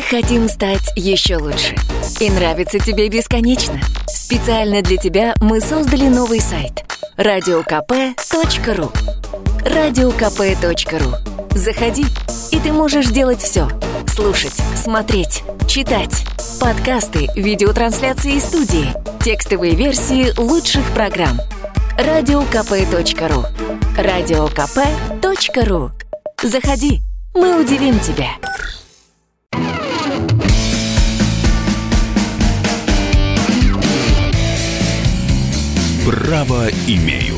Хотим стать еще лучше. И нравится тебе бесконечно. Специально для тебя мы создали новый сайт radiokp.ru. radiokp.ru. Заходи, и ты можешь делать все. Слушать, смотреть, читать. Подкасты, видеотрансляции из студии, текстовые версии лучших программ. radiokp.ru. radiokp.ru. Заходи, мы удивим тебя. Право имею.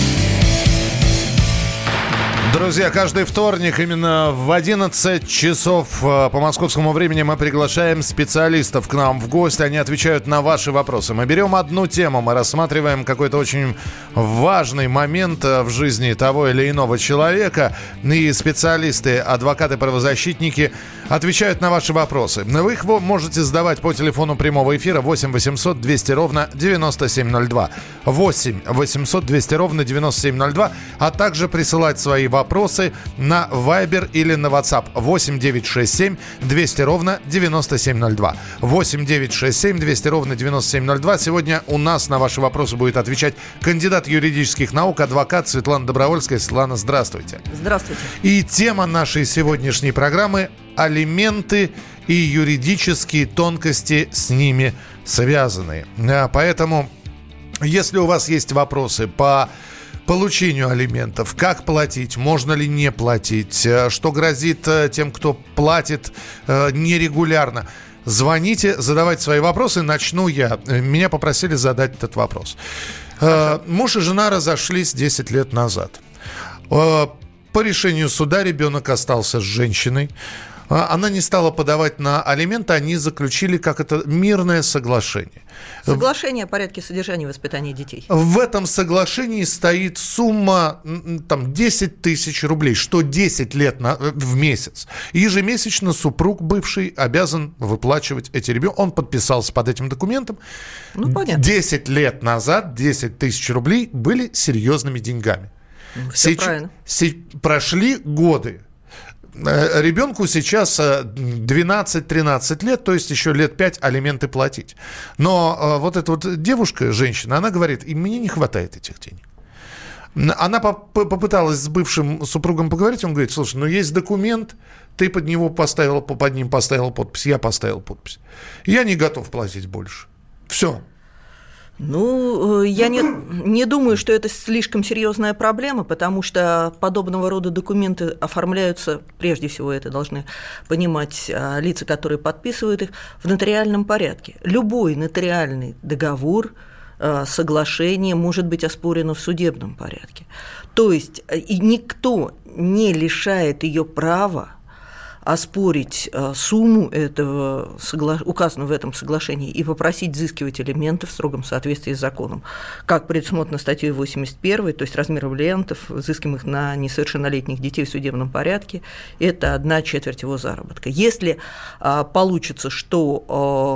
Друзья, каждый вторник именно в 11 часов по московскому времени мы приглашаем специалистов к нам в гости. Они отвечают на ваши вопросы. Мы берем одну тему, мы рассматриваем какой-то очень важный момент в жизни того или иного человека. И специалисты, адвокаты, правозащитники отвечают на ваши вопросы. Вы их можете задавать по телефону прямого эфира 8 800 200 ровно 9702. 8 800 200 ровно 9702. А также присылать свои вопросы на Viber или на WhatsApp 8 967 200 ровно 9702. 8 967 200 ровно 9702. Сегодня у нас на ваши вопросы будет отвечать кандидат юридических наук, адвокат Светлана Добровольская. Светлана, здравствуйте. Здравствуйте. И тема нашей сегодняшней программы – алименты и юридические тонкости с ними связанные. Поэтому, если у вас есть вопросы по получению алиментов, как платить, можно ли не платить, что грозит тем, кто платит нерегулярно, звоните, задавайте свои вопросы. Начну я. Меня попросили задать этот вопрос. Муж и жена разошлись 10 лет назад. По решению суда ребенок остался с женщиной. Она не стала подавать на алименты, они заключили, как это, мирное соглашение. Соглашение о порядке содержания и воспитания детей. В этом соглашении стоит сумма там, 10 тысяч рублей, что 10 лет в месяц. Ежемесячно супруг бывший обязан выплачивать эти ребенка. Он подписался под этим документом. Ну, понятно. 10 лет назад 10 тысяч рублей были серьезными деньгами. Все правильно. Прошли годы. Ребенку сейчас 12-13 лет, то есть еще лет 5 алименты платить. Но вот эта вот девушка, женщина, она говорит, и мне не хватает этих денег. Она попыталась с бывшим супругом поговорить, он говорит, слушай, ну есть документ, ты под ним поставил подпись, я поставил подпись. Я не готов платить больше. Все. Ну, я не думаю, что это слишком серьезная проблема, потому что подобного рода документы оформляются, прежде всего это должны понимать лица, которые подписывают их, в нотариальном порядке. Любой нотариальный договор, соглашение может быть оспорено в судебном порядке. То есть и никто не лишает ее права оспорить сумму этого, указанного в этом соглашении, и попросить взыскивать алименты в строгом соответствии с законом, как предусмотрено статьей 81, то есть размер алиментов, взыскиваемых на несовершеннолетних детей в судебном порядке, это 1/4 его заработка. Если получится, что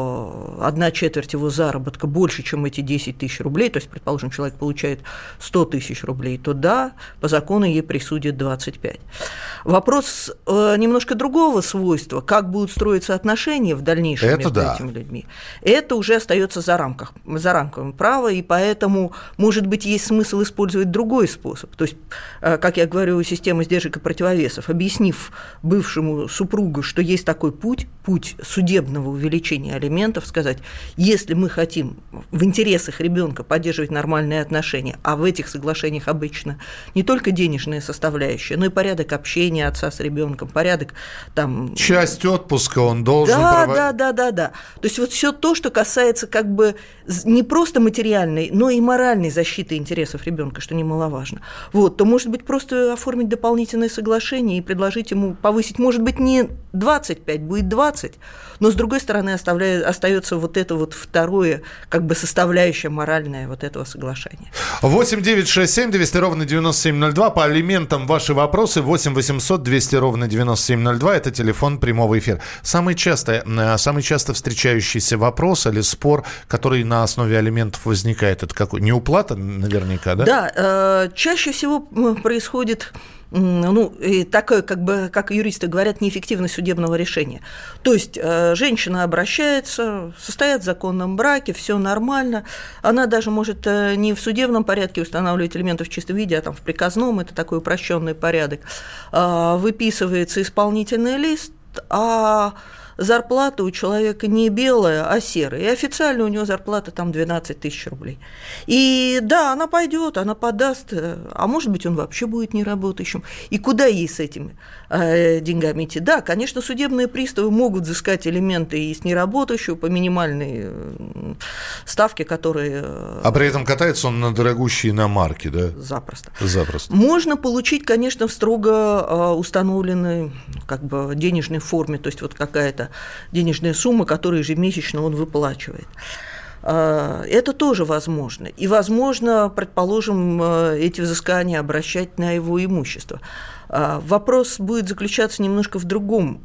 1/4 его заработка больше, чем эти 10 тысяч рублей, то есть, предположим, человек получает 100 тысяч рублей, то да, по закону ей присудят 25. Вопрос немножко другого свойства, как будут строиться отношения в дальнейшем между этими людьми, это уже остается за рамками права, и поэтому, может быть, есть смысл использовать другой способ. То есть, как я говорю, система сдержек и противовесов, объяснив бывшему супругу, что есть такой путь судебного увеличения алиментов, сказать, если мы хотим в интересах ребенка поддерживать нормальные отношения, а в этих соглашениях обычно не только денежная составляющая, но и порядок общения отца с ребенком, порядок там… Часть отпуска он должен проводить. Да. То есть вот все то, что касается как бы не просто материальной, но и моральной защиты интересов ребенка, что немаловажно. Вот, то, может быть, просто оформить дополнительное соглашение и предложить ему повысить, может быть, не 25, будет 20, но, с другой стороны, остается вот это вот второе, как бы составляющая моральная вот этого соглашения. 8 967 200 ровно 9702. По алиментам ваши вопросы. 8 800 200 ровно 9702. Это телефон прямого эфира. Самый часто встречающийся вопрос или спор, который на основе алиментов возникает, это какой? Неуплата наверняка, да? Да, чаще всего происходит и такое, как юристы говорят, неэффективность судебного решения. То есть женщина обращается, состоят в законном браке, все нормально, она даже может не в судебном порядке устанавливать элементы в чистом виде, а там в приказном, это такой упрощенный порядок, выписывается исполнительный лист, а зарплата у человека не белая, а серая. И официально у него зарплата там 12 тысяч рублей. И да, она пойдет, она подаст, а может быть, он вообще будет неработающим. И куда ей с этими деньгами идти? Да, конечно, судебные приставы могут взыскать элементы и с неработающего по минимальной ставке, которые... А при этом катается он на дорогущие иномарки, да? Запросто. Можно получить, конечно, в строго установленной денежной форме, то есть вот какая-то денежная сумма, которую ежемесячно он выплачивает. Это тоже возможно. И возможно, предположим, эти взыскания обращать на его имущество. Вопрос будет заключаться немножко в другом.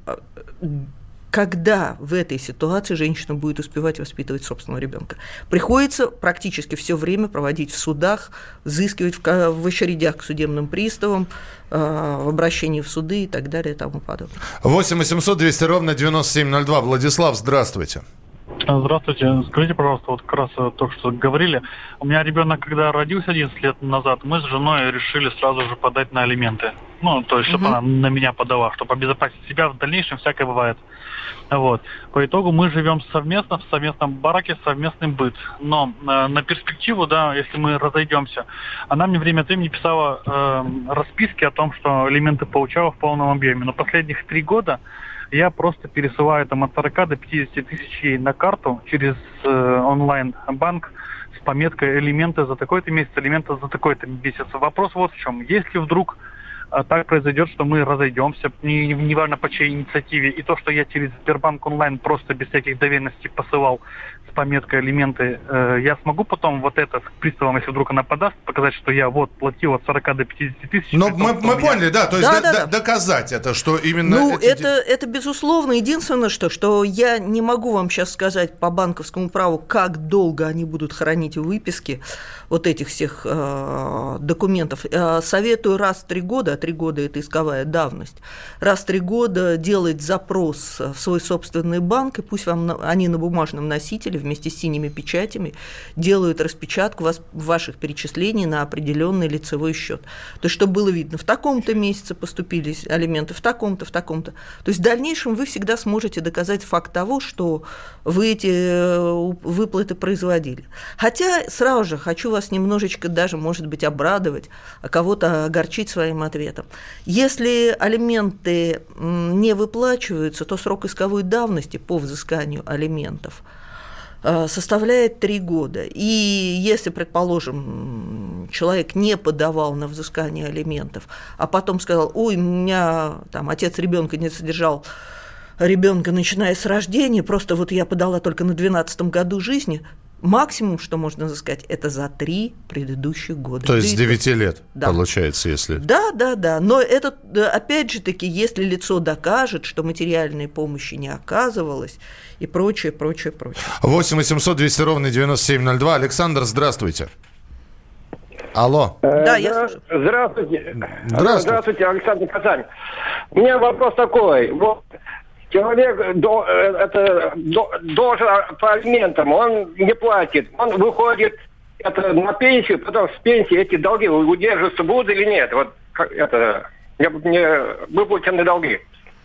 Когда в этой ситуации женщина будет успевать воспитывать собственного ребенка? Приходится практически все время проводить в судах, взыскивать в очередях к судебным приставам, в обращении в суды и так далее и тому подобное. 8 800 200 ровно 9702. Владислав, здравствуйте. Здравствуйте. Скажите, пожалуйста, вот как раз только что говорили, у меня ребенок, когда родился 11 лет назад, мы с женой решили сразу же подать на алименты. То есть, чтобы она на меня подала, чтобы обезопасить себя в дальнейшем, всякое бывает. Вот. По итогу мы живем совместно, в совместном браке, совместный быт. Но на перспективу, да, если мы разойдемся, она мне время от времени писала расписки о том, что алименты получала в полном объеме. Но последних 3 года я просто пересылаю там от 40 до 50 тысяч ей на карту через онлайн-банк с пометкой «Элементы за такой-то месяц, элементы за такой-то месяц». Вопрос вот в чем. Если вдруг так произойдет, что мы разойдемся, неважно по чьей инициативе, и то, что я через Сбербанк онлайн просто без всяких доверенностей посылал с пометкой «Элементы», я смогу потом вот это с приставом, если вдруг она подаст, показать, что я платил от 40 до 50 тысяч? Но мы поняли, да, то есть доказать это, что именно... это безусловно. Единственное, что я не могу вам сейчас сказать по банковскому праву, как долго они будут хранить выписки вот этих всех документов. Советую раз в 3 года, 3 года – это исковая давность, раз в 3 года делать запрос в свой собственный банк, и пусть они на бумажном носителе вместе с синими печатями делают распечатку ваших перечислений на определенный лицевой счет. То есть, чтобы было видно, в таком-то месяце поступили алименты, в таком-то, в таком-то. То есть, в дальнейшем вы всегда сможете доказать факт того, что вы эти выплаты производили. Хотя, сразу же, хочу вас немножечко даже, может быть, обрадовать, а кого-то огорчить своим ответом. Если алименты не выплачиваются, то срок исковой давности по взысканию алиментов составляет 3 года. И если, предположим, человек не подавал на взыскание алиментов, а потом сказал: ой, у меня там отец ребенка не содержал ребенка, начиная с рождения, просто вот я подала только на 12-м году жизни, максимум, что можно взыскать, это за 3 предыдущих года. То есть с 9 лет, да, получается, если... Да. Но это, опять же таки, если лицо докажет, что материальной помощи не оказывалось, и прочее. 8 800 200 ровно 9702. Александр, здравствуйте. Алло. Да, я слушаю. Здравствуйте, Александр, Казань. У меня вопрос такой. Вот человек должен по алиментам, он не платит, он выходит на пенсию, потом с пенсии эти долги удерживаться будут или нет? Вот выплаченные долги.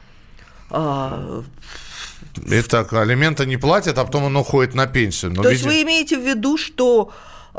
Итак, алименты не платят, а потом он уходит на пенсию. То есть вы имеете в виду, что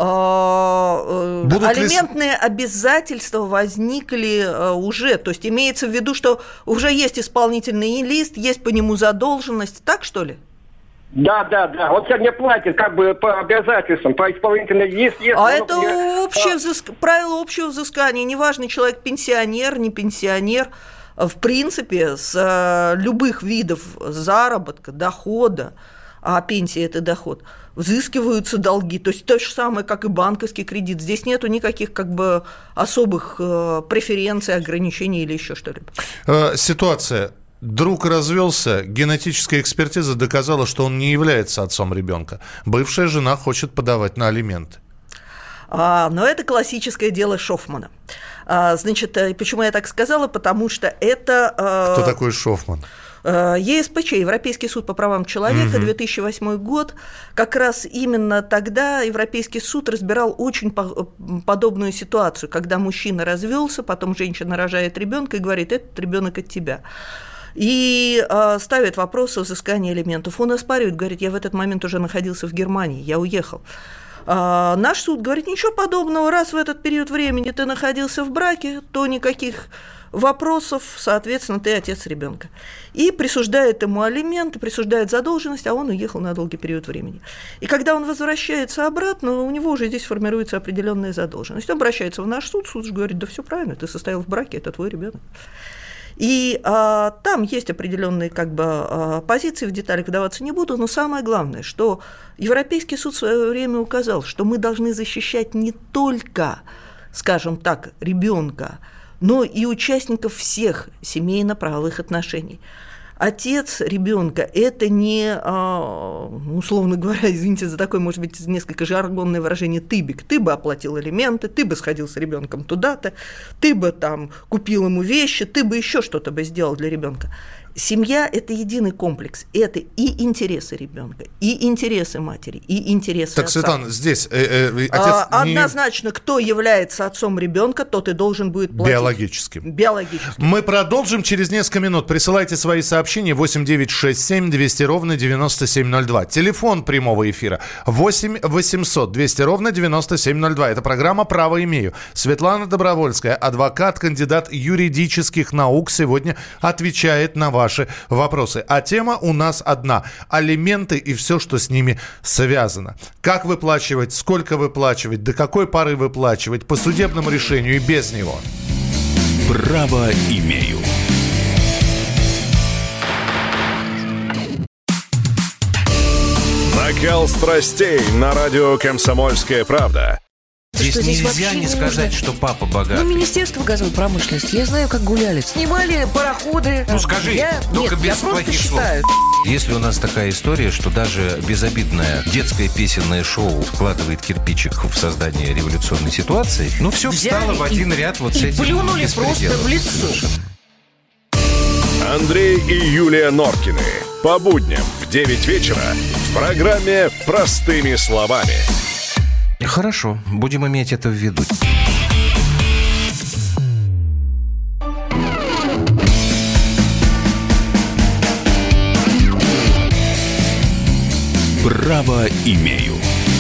алиментные обязательства возникли уже, то есть имеется в виду, что уже есть исполнительный лист, есть по нему задолженность, так что ли? Да. Вот сейчас не платит как бы по обязательствам, по исполнительному листу. Это правило общего взыскания, неважно, человек пенсионер, не пенсионер. В принципе, с любых видов заработка, дохода, а пенсия – это доход, взыскиваются долги. То есть то же самое, как и банковский кредит. Здесь нету никаких как бы особых преференций, ограничений или еще что-либо. Ситуация. Друг развелся, генетическая экспертиза доказала, что он не является отцом ребенка. Бывшая жена хочет подавать на алименты. Но это классическое дело Шофмана. Значит, почему я так сказала? Потому что это... Кто такой Шофман? ЕСПЧ, Европейский суд по правам человека, 2008 год. Как раз именно тогда Европейский суд разбирал очень подобную ситуацию, когда мужчина развелся, потом женщина рожает ребенка и говорит: этот ребенок от тебя. И ставит вопрос о взыскании алиментов. Он оспаривает, говорит: я в этот момент уже находился в Германии, я уехал. Наш суд говорит: ничего подобного, раз в этот период времени ты находился в браке, то никаких вопросов, соответственно, ты отец ребенка. И присуждает ему алименты, присуждает задолженность, а он уехал на долгий период времени. И когда он возвращается обратно, у него уже здесь формируется определенная задолженность. Он обращается в наш суд, суд же говорит: да все правильно, ты состоял в браке, это твой ребенок. И там есть определенные позиции, в деталях вдаваться не буду, но самое главное, что Европейский суд в свое время указал, что мы должны защищать не только, скажем так, ребенка, но и участников всех семейно-правовых отношений. Отец ребенка – это не, условно говоря, извините за такое, может быть, несколько жаргонное выражение, тыбик. Ты бы оплатил алименты, ты бы сходил с ребенком туда-то, ты бы там купил ему вещи, ты бы еще что-то бы сделал для ребенка. Семья – это единый комплекс. Это и интересы ребенка, и интересы матери, и интересы отца. Так, Светлана, здесь отец однозначно, кто является отцом ребенка, тот и должен будет платить. Биологически. Мы продолжим через несколько минут. Присылайте свои сообщения 8 9 6 7 200 ровно 9702. Телефон прямого эфира 8 800 200 ровно 9702. Это программа «Право имею». Светлана Добровольская, адвокат, кандидат юридических наук, сегодня отвечает на ваши вопросы. А тема у нас одна. Алименты и все, что с ними связано. Как выплачивать, сколько выплачивать, до какой поры выплачивать, по судебному решению и без него. Право имею. Накал страстей на радио «Комсомольская правда». Здесь нельзя не сказать, что папа богатый. Министерство газовой промышленности. Я знаю, как гуляли. Снимали пароходы. Скажи, только без плохих слов. Если у нас такая история, что даже безобидное детское песенное шоу вкладывает кирпичик в создание революционной ситуации, все встало в один ряд вот с этим. Плюнули просто в лицо. Андрей и Юлия Норкины. По будням в 9 вечера в программе «Простыми словами». Хорошо, будем иметь это в виду. Право имею.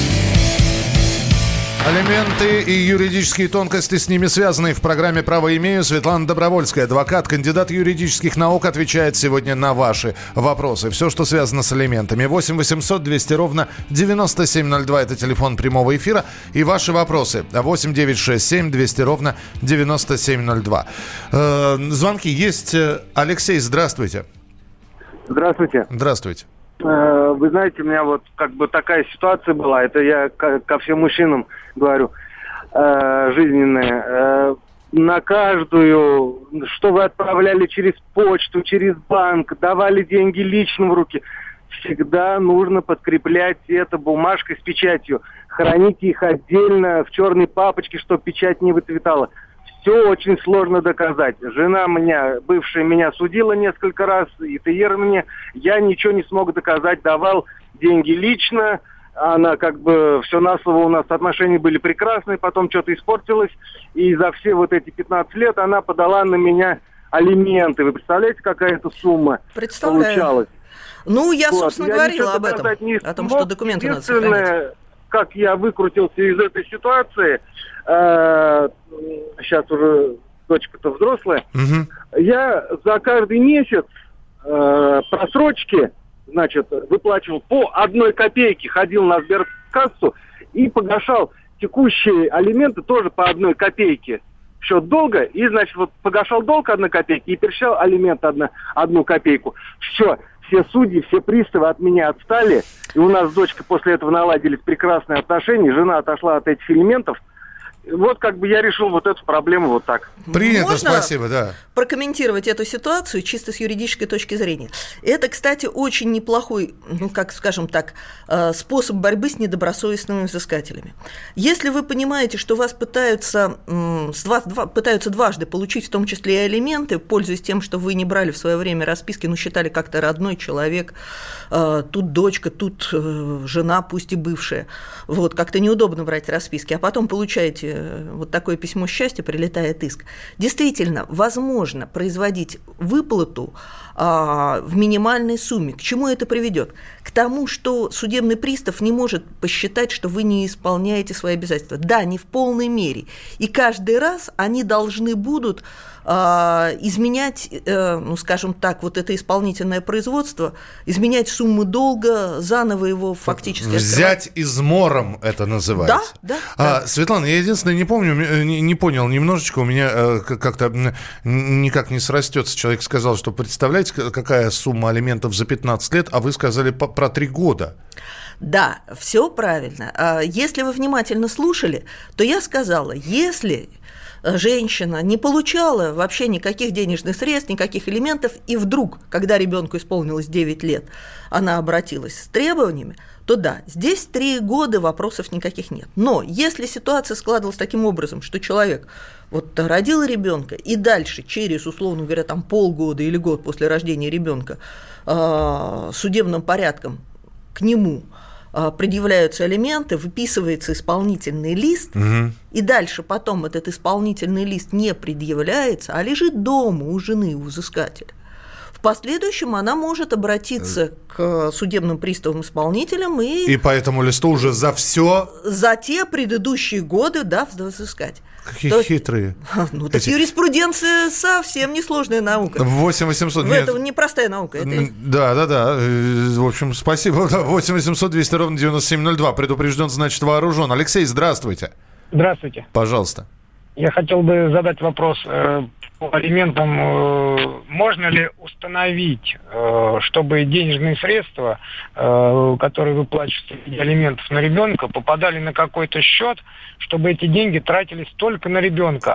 Алименты и юридические тонкости с ними связаны. В программе «Право имею» Светлана Добровольская, адвокат, кандидат юридических наук, отвечает сегодня на ваши вопросы. Все, что связано с алиментами. 8 800 200 ровно 9702 – это телефон прямого эфира. И ваши вопросы. 8 9 6 7 200 ровно 9702. Звонки есть. Алексей, здравствуйте. Здравствуйте. Здравствуйте. Вы знаете, у меня такая ситуация была, это я ко всем мужчинам говорю, жизненная. На каждую, что вы отправляли через почту, через банк, давали деньги лично в руки, всегда нужно подкреплять это бумажкой с печатью. Храните их отдельно в черной папочке, чтобы печать не выцветала. Все очень сложно доказать. Жена бывшая меня судила несколько раз, и ТР мне, я ничего не смог доказать, давал деньги лично, она все на слово, у нас отношения были прекрасные, потом что-то испортилось, и за все вот эти 15 лет она подала на меня алименты. Вы представляете, какая это сумма получалась? Я, собственно, говорила об этом, о том, что документы надо сохранить. Как я выкрутился из этой ситуации, сейчас уже дочка-то взрослая, я за каждый месяц просрочки, выплачивал по 1 копейке, ходил на сберкассу и погашал текущие алименты тоже по 1 копейке. В счет долга, и, погашал долг 1 копейка и перечислял алимент 1 копейку. Все судьи, все приставы от меня отстали, и у нас с дочкой после этого наладились прекрасные отношения, жена отошла от этих элементов, Вот как бы я решил вот эту проблему вот так. Принято, Можно спасибо, да. прокомментировать эту ситуацию чисто с юридической точки зрения. Это, кстати, очень неплохой, как скажем так, способ борьбы с недобросовестными взыскателями. Если вы понимаете, что вас пытаются дважды получить, в том числе и алименты, пользуясь тем, что вы не брали в свое время расписки, но считали как-то родной человек, тут дочка, тут жена, пусть и бывшая, вот, как-то неудобно брать расписки, а потом получаете вот такое письмо счастья, прилетает иск. Действительно, возможно производить выплату в минимальной сумме. К чему это приведет? К тому, что судебный пристав не может посчитать, что вы не исполняете свои обязательства. Да, не в полной мере. И каждый раз они должны будут изменять, скажем так, вот это исполнительное производство, изменять сумму долга, заново его фактически взять измором это называется. Да. Светлана, я единственное не помню, не понял немножечко, у меня как-то никак не срастется. Человек сказал, что представляете, какая сумма алиментов за 15 лет, а вы сказали про 3 года. Да, все правильно. Если вы внимательно слушали, то я сказала, если женщина не получала вообще никаких денежных средств, никаких элементов, и вдруг, когда ребенку исполнилось 9 лет, она обратилась с требованиями, то да, здесь 3 года вопросов никаких нет. Но если ситуация складывалась таким образом, что человек вот родил ребенка, и дальше, через, условно говоря, там полгода или год после рождения ребенка, судебным порядком к нему предъявляются алименты, выписывается исполнительный лист, и дальше потом этот исполнительный лист не предъявляется, а лежит дома у жены, у взыскателя. В последующем она может обратиться к судебным приставам-исполнителям и по этому листу уже за все... За те предыдущие годы, да, взыскать. Какие хитрые. Ну, так юриспруденция совсем несложная наука. 8-800... Это непростая наука. Да. В общем, спасибо. 8-800-200-97-02. Предупрежден, значит, вооружен. Алексей, здравствуйте. Здравствуйте. Пожалуйста. Я хотел бы задать вопрос по алиментам. Можно ли установить, чтобы денежные средства, которые выплачиваются в виде алиментов на ребенка, попадали на какой-то счет, чтобы эти деньги тратились только на ребенка,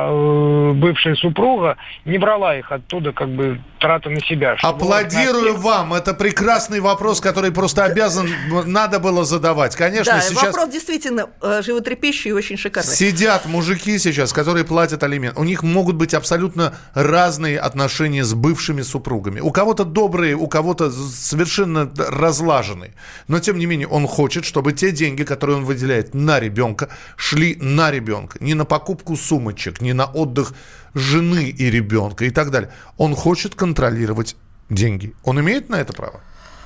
а бывшая супруга не брала их оттуда, как бы траты на себя? Аплодирую вам. Это прекрасный вопрос, который просто надо было задавать. Конечно, да, сейчас... вопрос действительно животрепещущий и очень шикарный. Сидят мужики сейчас, которые платят алимент. У них могут быть абсолютно разные отношения с бывшими супругами. У кого-то добрые, у кого-то совершенно разлаженные. Но, тем не менее, он хочет, чтобы те деньги, которые он выделяет на ребенка, шли на ребенка. Не на покупку сумочек, не на отдых жены и ребенка и так далее. Он хочет контролировать деньги. Он имеет на это право?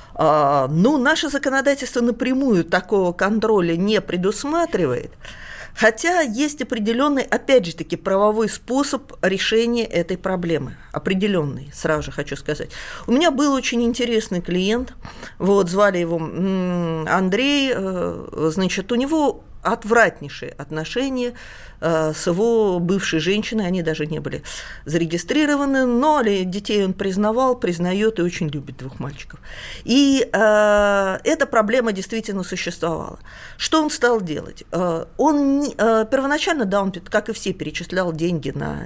Наше законодательство напрямую такого контроля не предусматривает. Хотя есть определенный, опять же таки, правовой способ решения этой проблемы. Определенный, сразу же хочу сказать. У меня был очень интересный клиент, звали его Андрей, значит, у него отвратнейшие отношения с его бывшей женщиной, они даже не были зарегистрированы, но детей он признает и очень любит 2 мальчиков. И эта проблема действительно существовала. Что он стал делать? Он первоначально, да, он, как и все, перечислял деньги на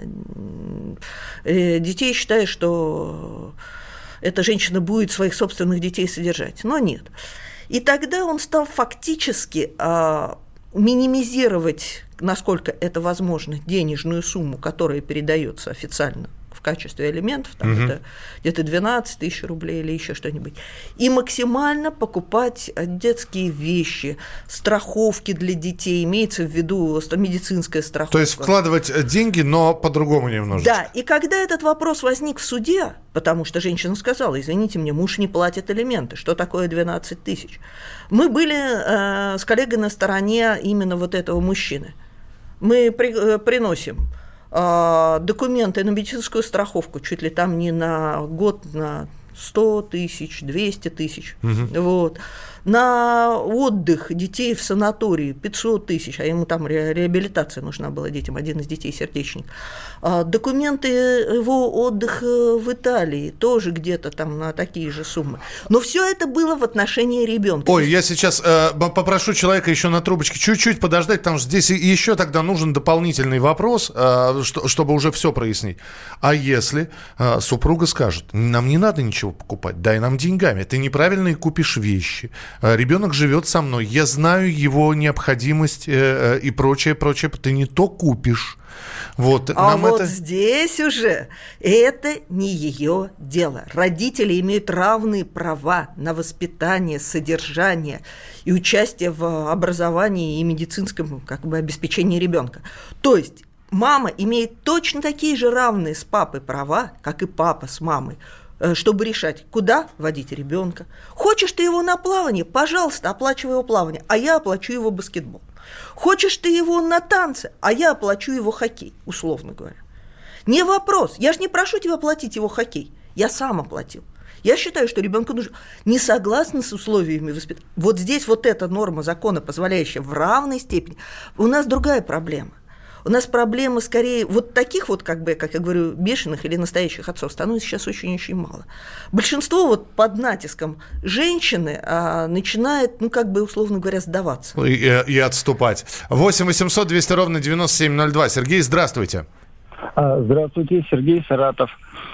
детей, считая, что эта женщина будет своих собственных детей содержать, но нет. И тогда он стал фактически минимизировать, насколько это возможно, денежную сумму, которая передается официально в качестве алиментов, там это где-то 12 тысяч рублей или еще что-нибудь, и максимально покупать детские вещи, страховки для детей, имеется в виду медицинская страховка. То есть вкладывать деньги, но по-другому немножечко. Да, и когда этот вопрос возник в суде, потому что женщина сказала: извините, мне муж не платит алименты, что такое 12 тысяч? Мы были с коллегой на стороне именно вот этого мужчины. Мы приносим документы на медицинскую страховку, чуть ли там не на год, на 100 тысяч, 200 тысяч. Вот. На отдых детей в санатории 500 тысяч, а ему там реабилитация нужна была детям, один из детей сердечник. Документы его отдыха в Италии тоже где-то там на такие же суммы. Но все это было в отношении ребенка. Ой, я сейчас попрошу человека еще на трубочке чуть-чуть подождать, потому что здесь еще тогда нужен дополнительный вопрос, чтобы уже все прояснить. А если супруга скажет, нам не надо ничего покупать, дай нам деньгами, ты неправильно купишь вещи, ребенок живет со мной, я знаю его необходимость и прочее, ты не то купишь. Вот, а вот здесь уже это не ее дело. Родители имеют равные права на воспитание, содержание и участие в образовании и медицинском обеспечении ребенка. То есть мама имеет точно такие же равные с папой права, как и папа с мамой, чтобы решать, куда водить ребенка. Хочешь ты его на плавание, пожалуйста, оплачивай его плавание, а я оплачу его баскетбол. Хочешь ты его на танцы, а я оплачу его хоккей, условно говоря. Не вопрос, я же не прошу тебя оплатить его хоккей, я сам оплатил. Я считаю, что ребенку нужно, не согласны с условиями воспитания. Вот здесь вот эта норма закона, позволяющая в равной степени. У нас другая проблема. У нас проблема скорее вот таких вот, как я говорю, бешеных или настоящих отцов становится сейчас очень-очень мало. Большинство вот под натиском женщины начинает, условно говоря, сдаваться. И отступать. 8 800 200 ровно 9702. Сергей, здравствуйте. Здравствуйте, Сергей, Саратов.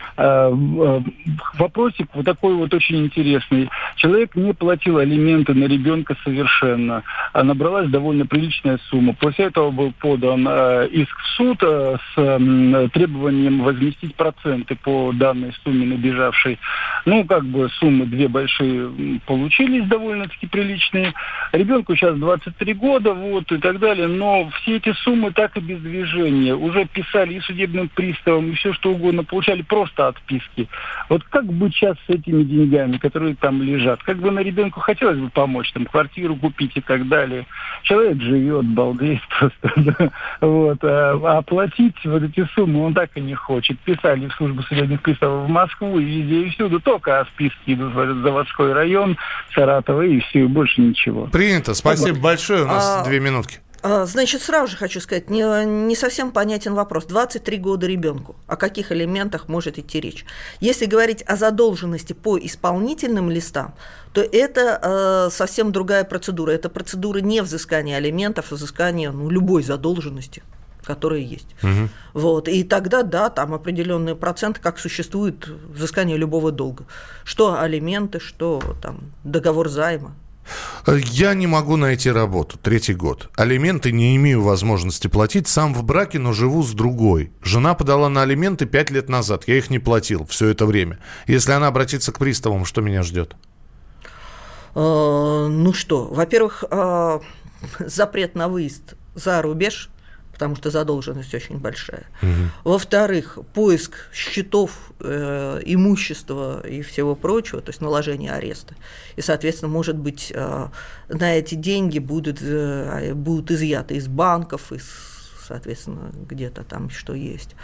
Вопросик вот такой вот очень интересный. Человек не платил алименты на ребенка совершенно, а набралась довольно приличная сумма. После этого был подан иск в суд с требованием возместить проценты по данной сумме набежавшей. Суммы две большие получились довольно-таки приличные. Ребенку сейчас 23 года, и так далее, но все эти суммы так и без движения. Уже писали и судебным приставам, и все что угодно, получали просто отписки. Вот как быть сейчас с этими деньгами, которые там лежат? На ребенку хотелось бы помочь, там, квартиру купить и так далее. Человек живет, балдеет просто. А оплатить вот эти суммы он так и не хочет. Писали в службу судебных приставов в Москву, и везде и всюду. Только списки идут в заводской район Саратова, и все, и больше ничего. Принято. Спасибо большое. У нас 2 минутки. Значит, сразу же хочу сказать, не совсем понятен вопрос. 23 года ребенку. О каких элементах может идти речь? Если говорить о задолженности по исполнительным листам, то это совсем другая процедура. Это процедура не взыскания алиментов, а взыскания любой задолженности, которая есть. И тогда, да, там определенные проценты, как существует взыскание любого долга. Что алименты, что там договор займа. Я не могу найти работу, 3-й год. Алименты не имею возможности платить. Сам в браке, но живу с другой. Жена подала на алименты 5 лет назад. Я их не платил все это время. Если она обратится к приставам, что меня ждет? Во-первых, запрет на выезд за рубеж, потому что задолженность очень большая. Во-вторых, поиск счетов, имущества и всего прочего, то есть наложение ареста. И, соответственно, может быть, на эти деньги будут изъяты из банков, соответственно, где-то там что есть.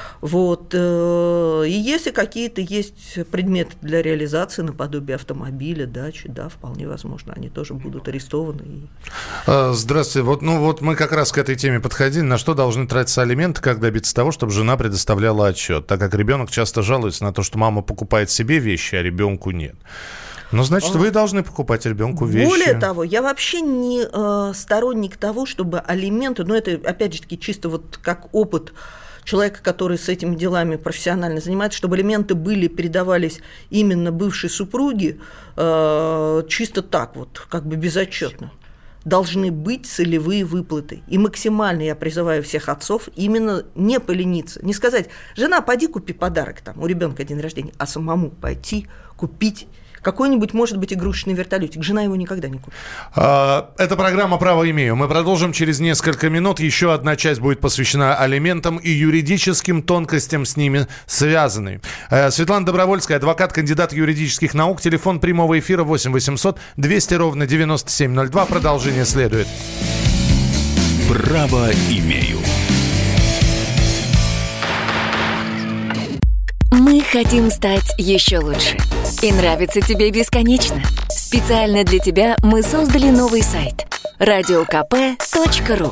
И если какие-то есть предметы для реализации наподобие автомобиля, дачи, да, вполне возможно, они тоже будут арестованы. Здравствуйте. Вот мы как раз к этой теме подходили. На что должны тратиться алименты, как добиться того, чтобы жена предоставляла отчет? Так как ребенок часто жалуется на то, что мама покупает себе вещи, а ребенку нет. Значит, вы должны покупать ребенку вещи. Более того, я вообще не сторонник того, чтобы алименты, это, опять же таки, чисто как опыт человека, который с этими делами профессионально занимается, чтобы алименты передавались именно бывшей супруге чисто так, безотчетно. Должны быть целевые выплаты. И максимально я призываю всех отцов именно не полениться. Не сказать, жена, пойди купи подарок, у ребенка день рождения, а самому пойти купить какой-нибудь, может быть, игрушечный вертолетик. Жена его никогда не купит. Это программа «Право имею». Мы продолжим через несколько минут. Еще одна часть будет посвящена алиментам и юридическим тонкостям с ними связанной. Светлана Добровольская, адвокат, кандидат юридических наук. Телефон прямого эфира 8 800 200 ровно 9702. Продолжение следует. «Право имею». Мы хотим стать еще лучше. И нравится тебе бесконечно. Специально для тебя мы создали новый сайт – radiokp.ru.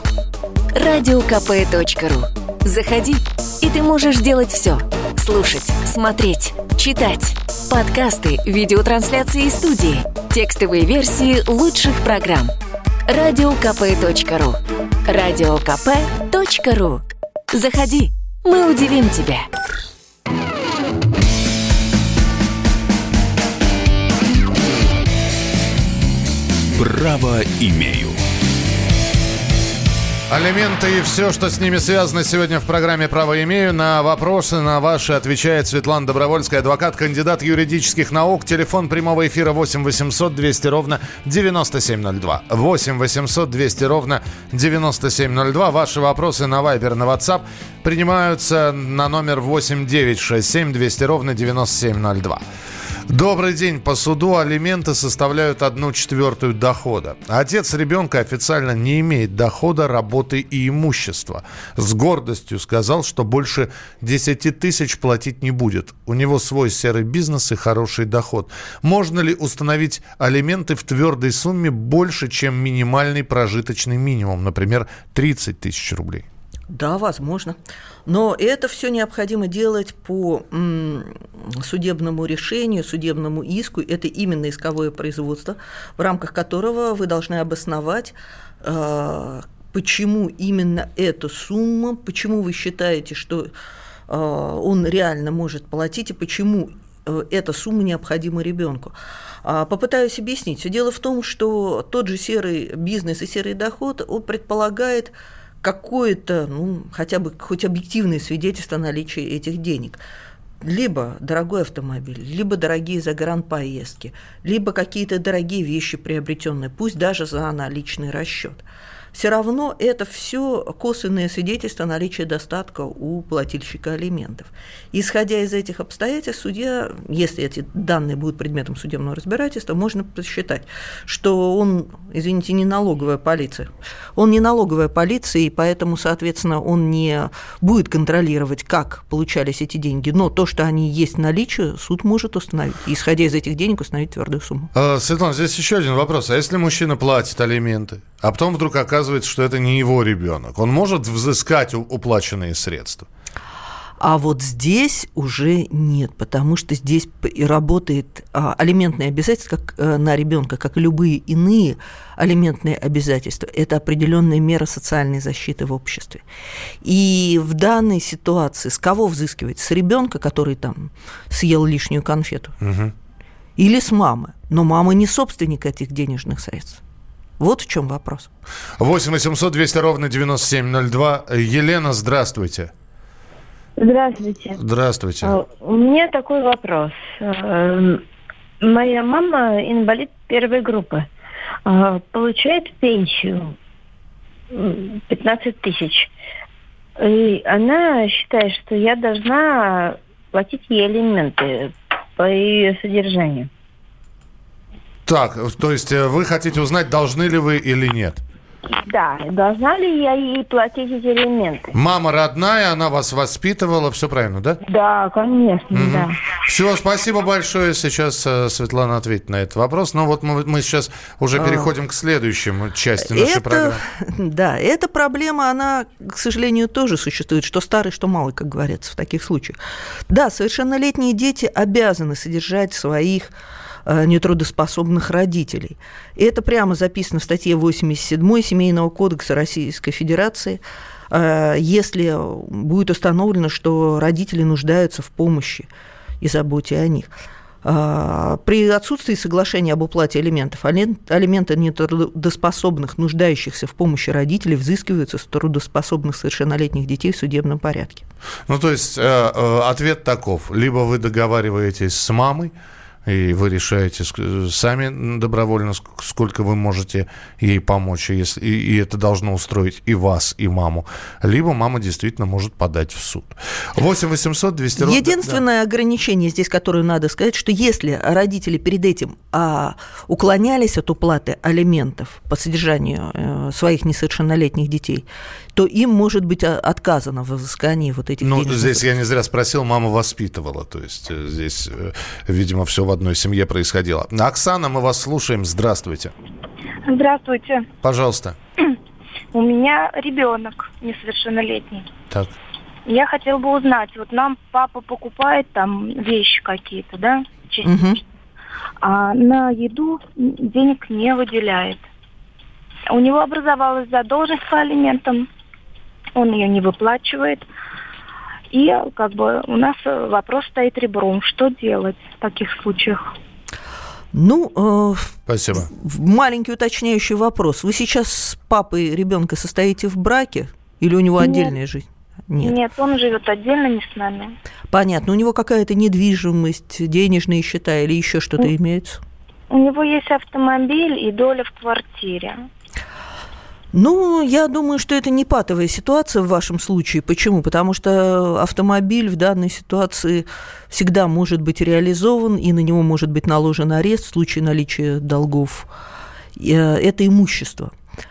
radiokp.ru. Заходи, и ты можешь делать все. Слушать, смотреть, читать. Подкасты, видеотрансляции из студии, текстовые версии лучших программ. radiokp.ru. radiokp.ru. Заходи, мы удивим тебя. Право имею. Алименты и все, что с ними связано, сегодня в программе «Право имею». На вопросы, на ваши отвечает Светлана Добровольская, адвокат, кандидат юридических наук. Телефон прямого эфира 8 800 200 ровно 9702. 8 800 200 ровно 9702. Ваши вопросы на Viber, на WhatsApp принимаются на номер 8 967 200 ровно 9702. Добрый день. По суду алименты составляют 1/4 дохода. Отец ребенка официально не имеет дохода, работы и имущества. С гордостью сказал, что больше 10 тысяч платить не будет. У него свой серый бизнес и хороший доход. Можно ли установить алименты в твердой сумме больше, чем минимальный прожиточный минимум, например, 30 тысяч рублей? Да, возможно. Но это все необходимо делать по судебному решению, судебному иску. Это именно исковое производство, в рамках которого вы должны обосновать, почему именно эта сумма, почему вы считаете, что он реально может платить, и почему эта сумма необходима ребенку. Попытаюсь объяснить. Все дело в том, что тот же серый бизнес и серый доход, он предполагает какое-то, хотя бы хоть объективное свидетельство о наличии этих денег. Либо дорогой автомобиль, либо дорогие загранпоездки, либо какие-то дорогие вещи приобретенные, пусть даже за наличный расчет. Все равно это все косвенное свидетельство наличия достатка у плательщика алиментов. Исходя из этих обстоятельств, судья, если эти данные будут предметом судебного разбирательства, можно посчитать, что он, извините, не налоговая полиция. Он не налоговая полиция, и поэтому, соответственно, он не будет контролировать, как получались эти деньги, но то, что они есть в наличии, суд может установить. Исходя из этих денег, установить твердую сумму. Светлана, здесь еще один вопрос. А если мужчина платит алименты, а потом вдруг оказывается, что это не его ребенок, он может взыскать уплаченные средства? А вот здесь уже нет, потому что здесь работает алиментные обязательства на ребенка, как и любые иные алиментные обязательства. Это определенная мера социальной защиты в обществе. И в данной ситуации с кого взыскивать? С ребенка, который там съел лишнюю конфету? Угу. Или с мамы? Но мама не собственник этих денежных средств. Вот в чем вопрос. 8 800 200 ровно 9702. Елена, здравствуйте. Здравствуйте. Здравствуйте. У меня такой вопрос. Моя мама инвалид первой группы. Получает пенсию 15 тысяч. И она считает, что я должна платить ей алименты по ее содержанию. Так, то есть вы хотите узнать, должны ли вы или нет? Да, должна ли я ей платить эти алименты? Мама родная, она вас воспитывала, все правильно, да? Да, конечно, да. Все, спасибо большое. Сейчас Светлана ответит на этот вопрос. Но вот мы сейчас уже переходим к следующему части нашей программы. Да, эта проблема, она, к сожалению, тоже существует, что старый, что малый, как говорится, в таких случаях. Да, совершеннолетние дети обязаны содержать своих нетрудоспособных родителей. И это прямо записано в статье 87 Семейного кодекса Российской Федерации. Если будет установлено, что родители нуждаются в помощи и заботе о них. При отсутствии соглашения об уплате алиментов, алименты нетрудоспособных, нуждающихся в помощи родителей, взыскиваются с трудоспособных совершеннолетних детей в судебном порядке. Ну, то есть ответ таков. Либо вы договариваетесь с мамой, и вы решаете сами добровольно, сколько вы можете ей помочь, и это должно устроить и вас, и маму. Либо мама действительно может подать в суд. 8 800 200 ровно... Единственное ограничение здесь, которое надо сказать, что если родители перед этим уклонялись от уплаты алиментов по содержанию своих несовершеннолетних детей, то им может быть отказано в взыскании вот этих денежных средств. Здесь я не зря спросил, мама воспитывала, то есть здесь, видимо, все в одной семье происходило. Оксана, мы вас слушаем, здравствуйте. Здравствуйте. Пожалуйста. У меня ребенок несовершеннолетний. Так. Я хотела бы узнать, вот нам папа покупает там вещи какие-то, да, а на еду денег не выделяет. У него образовалась задолженность по алиментам, он ее не выплачивает. И как бы у нас вопрос стоит ребром. Что делать в таких случаях? Спасибо. Маленький уточняющий вопрос. Вы сейчас с папой ребенка состоите в браке или у него отдельная жизнь? Нет, он живет отдельно, не с нами. Понятно. У него какая-то недвижимость, денежные счета или еще что-то имеется? У него есть автомобиль и доля в квартире. Я думаю, что это не патовая ситуация в вашем случае. Почему? Потому что автомобиль в данной ситуации всегда может быть реализован, и на него может быть наложен арест в случае наличия долгов. Это имущество.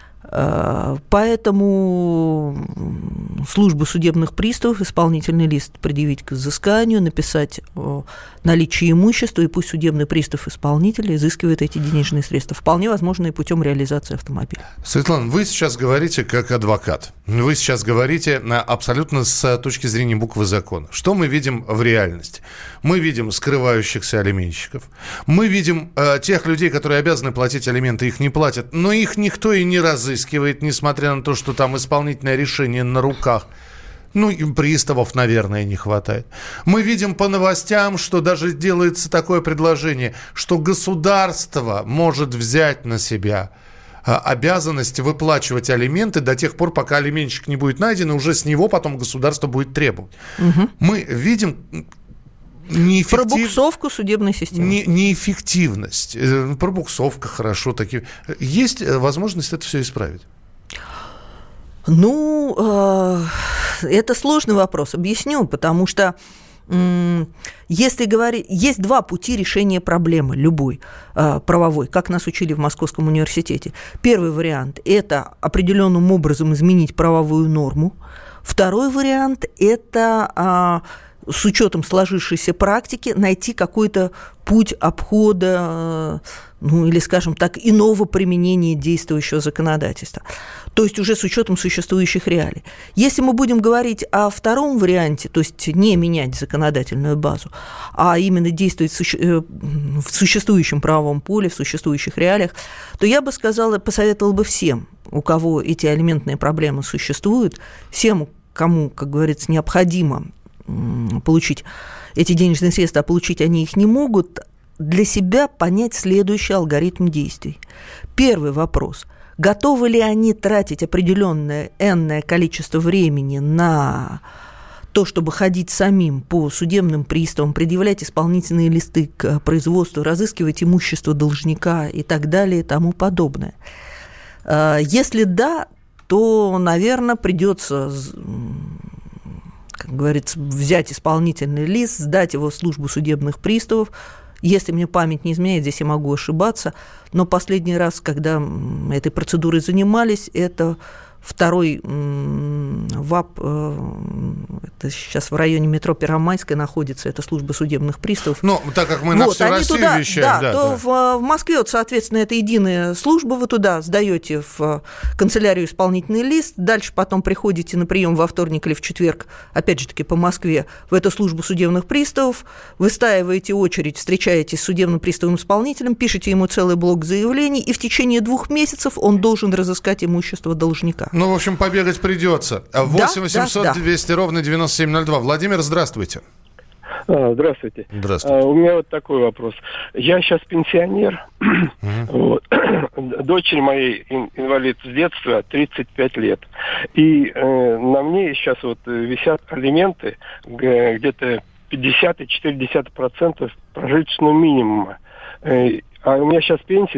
Поэтому службу судебных приставов, исполнительный лист предъявить к взысканию, написать о наличии имущества, и пусть судебный пристав-исполнитель изыскивает эти денежные средства. Вполне возможно и путем реализации автомобиля. Светлана, вы сейчас говорите как адвокат. Вы сейчас говорите абсолютно с точки зрения буквы закона. Что мы видим в реальности? Мы видим скрывающихся алименщиков. Мы видим тех людей, которые обязаны платить алименты, их не платят, но их никто и не разыскивает, несмотря на то, что там исполнительное решение на руках. Им приставов, наверное, не хватает. Мы видим по новостям, что даже делается такое предложение, что государство может взять на себя обязанность выплачивать алименты до тех пор, пока алименщик не будет найден, и уже с него потом государство будет требовать. Угу. Мы видим пробуксовку судебной системы. Неэффективность. Пробуксовка, хорошо. Есть возможность это все исправить? Это сложный вопрос. Объясню, потому что если говорить, есть два пути решения проблемы, любой правовой, как нас учили в Московском университете. Первый вариант – это определенным образом изменить правовую норму. Второй вариант – это с учетом сложившейся практики найти какой-то путь обхода, или, скажем так, иного применения действующего законодательства. То есть уже с учетом существующих реалий. Если мы будем говорить о втором варианте, то есть не менять законодательную базу, а именно действовать в существующем правовом поле, в существующих реалиях, то я бы сказала, посоветовала бы всем, у кого эти алиментные проблемы существуют, всем, кому, как говорится, необходимо получить эти денежные средства, а получить они их не могут, для себя понять следующий алгоритм действий. Первый вопрос. Готовы ли они тратить определенное энное количество времени на то, чтобы ходить самим по судебным приставам, предъявлять исполнительные листы к производству, разыскивать имущество должника и так далее и тому подобное? Если да, то, наверное, придется, как говорится, взять исполнительный лист, сдать его в службу судебных приставов. Если мне память не изменяет, здесь я могу ошибаться, но последний раз, когда этой процедурой занимались, это второй ВАП, это сейчас в районе метро Первомайская находится, это служба судебных приставов. Так как мы на всю Россию вещаем. В Москве, соответственно, это единая служба, вы туда сдаете в канцелярию исполнительный лист, дальше потом приходите на прием во вторник или в четверг, опять же таки по Москве, в эту службу судебных приставов, выстаиваете очередь, встречаетесь с судебным приставом-исполнителем, пишете ему целый блок заявлений, и в течение 2 месяцев он должен разыскать имущество должника. В общем, побегать придется. 8 800 200 ровно 9702. Владимир, здравствуйте. Здравствуйте. Здравствуйте. У меня вот такой вопрос. Я сейчас пенсионер. Дочери моей инвалид с детства, 35 лет. И на мне сейчас висят алименты где-то 50,4% прожиточного минимума. А у меня сейчас пенсия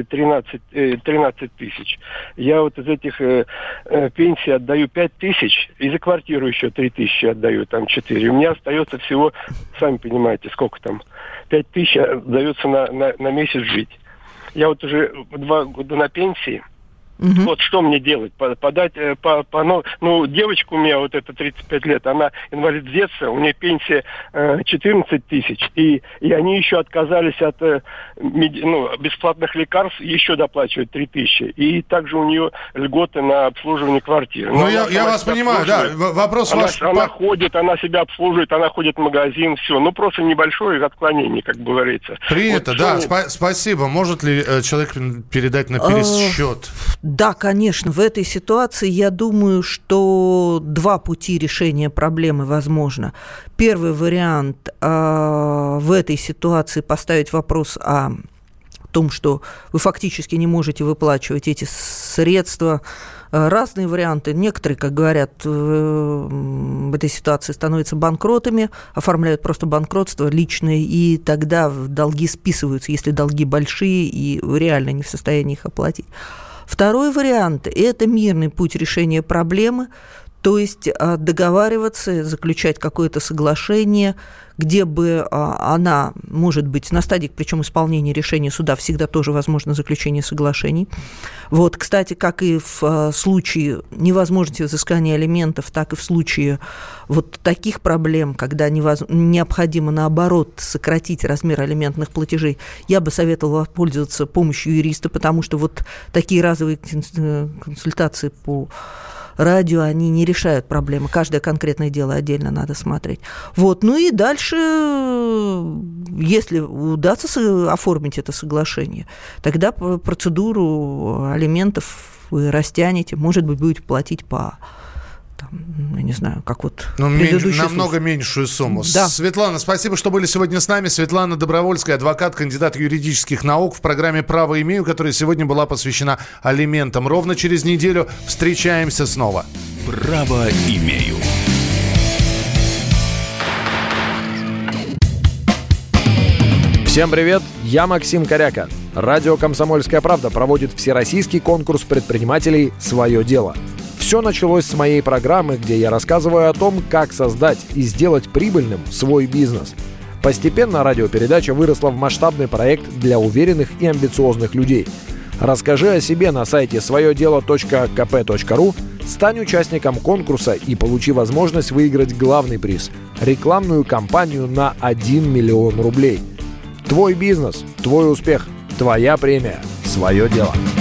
13 тысяч. Я вот из этих пенсий отдаю 5 тысяч, и за квартиру еще 3 тысячи отдаю, там 4. У меня остается всего, сами понимаете, сколько там, 5 тысяч отдается на месяц жить. Я вот уже 2 года на пенсии. Вот что мне делать? Подать девочка у меня вот это 35 лет, она инвалид детства, у нее пенсия 14 тысяч, и они еще отказались от бесплатных лекарств, еще доплачивают 3 тысячи, и также у нее льготы на обслуживание квартиры. Я вас понимаю, да, вопрос ваш... Она ходит, она себя обслуживает, она ходит в магазин, все, просто небольшое отклонение, как говорится. Принято, вот, да, спасибо. Может ли человек передать на пересчет? Да, конечно, в этой ситуации я думаю, что 2 пути решения проблемы возможно. Первый вариант в этой ситуации поставить вопрос о том, что вы фактически не можете выплачивать эти средства. Разные варианты. Некоторые, как говорят, в этой ситуации становятся банкротами, оформляют просто банкротство личное, и тогда долги списываются, если долги большие и реально не в состоянии их оплатить. Второй вариант – это мирный путь решения проблемы, то есть договариваться, заключать какое-то соглашение, где бы она, может быть, на стадии, причем исполнения решения суда, всегда тоже возможно заключение соглашений. Вот, кстати, как и в случае невозможности взыскания алиментов, так и в случае вот таких проблем, когда необходимо, наоборот, сократить размер алиментных платежей, я бы советовала воспользоваться помощью юриста, потому что вот такие разовые консультации по радио, они не решают проблемы. Каждое конкретное дело отдельно надо смотреть. Вот. Ну и дальше, если удастся оформить это соглашение, тогда процедуру алиментов вы растянете, может быть, будете платить по... я не знаю, как вот намного меньшую сумму. Да. Светлана, спасибо, что были сегодня с нами. Светлана Добровольская, адвокат, кандидат юридических наук, в программе «Право имею», которая сегодня была посвящена алиментам. Ровно через неделю встречаемся снова. «Право имею». Всем привет, я Максим Коряка. Радио «Комсомольская правда» проводит всероссийский конкурс предпринимателей «Свое дело». Все началось с моей программы, где я рассказываю о том, как создать и сделать прибыльным свой бизнес. Постепенно радиопередача выросла в масштабный проект для уверенных и амбициозных людей. Расскажи о себе на сайте своедело.kp.ru, стань участником конкурса и получи возможность выиграть главный приз – рекламную кампанию на 1 миллион рублей. Твой бизнес, твой успех, твоя премия, свое дело.